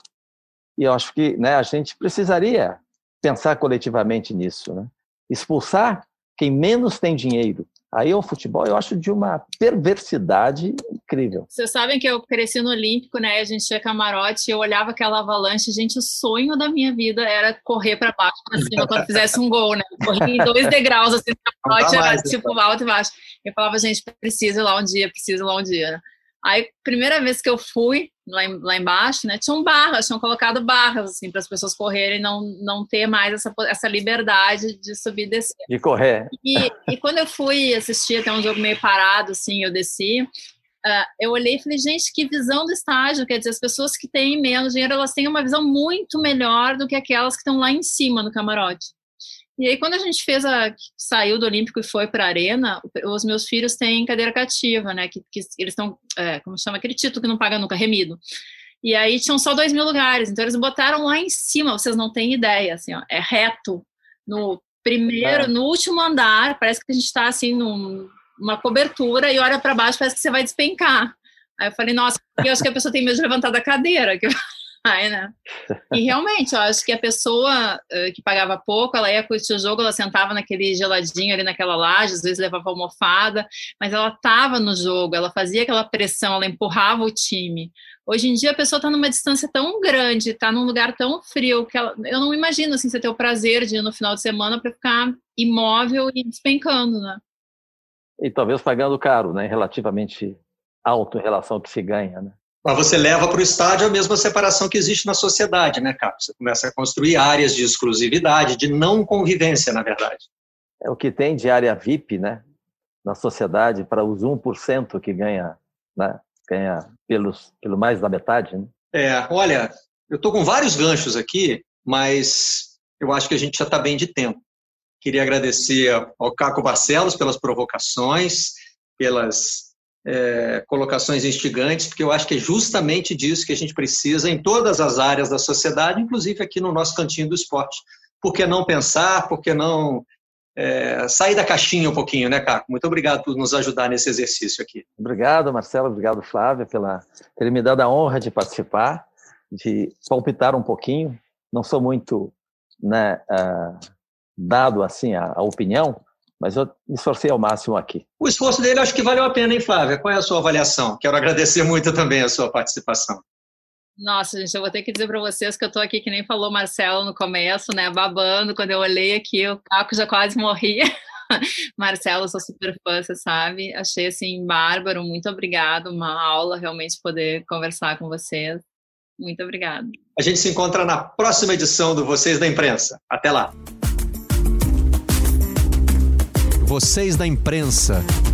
E eu acho que, né, a gente precisaria pensar coletivamente nisso, né? Expulsar quem menos tem dinheiro. Aí o futebol eu acho de uma perversidade incrível. Vocês sabem que eu cresci no Olímpico, né? A gente tinha camarote, eu olhava aquela avalanche, gente, o sonho da minha vida era correr para baixo, para cima, quando fizesse um gol, né? Eu corria em 2 degraus, assim, o camarote era tipo alto e baixo. Eu falava, gente, preciso ir lá um dia, né? Aí, primeira vez que eu fui lá embaixo, né, tinham colocado barras, assim, para as pessoas correrem, não ter mais essa liberdade de subir e descer. De correr. E quando eu fui assistir até um jogo meio parado, assim, eu desci, eu olhei e falei, gente, que visão do estádio, quer dizer, as pessoas que têm menos dinheiro, elas têm uma visão muito melhor do que aquelas que estão lá em cima no camarote. E aí, quando a gente saiu do Olímpico e foi para a Arena, os meus filhos têm cadeira cativa, né? Que eles estão, como chama aquele título que não paga nunca, remido. E aí tinham só 2.000 lugares, então eles botaram lá em cima, vocês não têm ideia, assim, ó, é reto, no último andar, parece que a gente está assim, numa cobertura, e olha para baixo, parece que você vai despencar. Aí eu falei, nossa, eu acho que a pessoa tem medo de levantar da cadeira, né? E realmente, eu acho que a pessoa que pagava pouco, ela ia curtir o jogo, ela sentava naquele geladinho ali naquela laje, às vezes levava almofada, mas ela estava no jogo, ela fazia aquela pressão, ela empurrava o time. Hoje em dia a pessoa está numa distância tão grande, está num lugar tão frio, que eu não imagino assim, você ter o prazer de ir no final de semana para ficar imóvel e despencando, né? E talvez pagando caro, né? Relativamente alto em relação ao que se ganha, né? Mas você leva para o estádio a mesma separação que existe na sociedade, né, Capo? Você começa a construir áreas de exclusividade, de não convivência, na verdade. É o que tem de área VIP, né, na sociedade, para os 1% que ganha, né, ganha pelo mais da metade, né? Olha, eu estou com vários ganchos aqui, mas eu acho que a gente já está bem de tempo. Queria agradecer ao Caco Barcelos pelas provocações, pelas colocações instigantes, porque eu acho que é justamente disso que a gente precisa em todas as áreas da sociedade, inclusive aqui no nosso cantinho do esporte. Por que não pensar, por que não sair da caixinha um pouquinho, né, Caco? Muito obrigado por nos ajudar nesse exercício aqui. Obrigado, Marcelo, obrigado, Flávia, pela ter me dado a honra de participar, de palpitar um pouquinho. Não sou muito, né, dado assim a opinião, mas eu me esforcei ao máximo aqui. O esforço dele acho que valeu a pena, hein, Flávia? Qual é a sua avaliação? Quero agradecer muito também a sua participação. Nossa, gente, eu vou ter que dizer para vocês que eu tô aqui, que nem falou Marcelo no começo, né, babando. Quando eu olhei aqui, o Caco já quase morria. Marcelo, eu sou super fã, você sabe. Achei, assim, bárbaro. Muito obrigado. Uma aula, realmente, poder conversar com vocês. Muito obrigada. A gente se encontra na próxima edição do Vocês da Imprensa. Até lá. Vocês da Imprensa.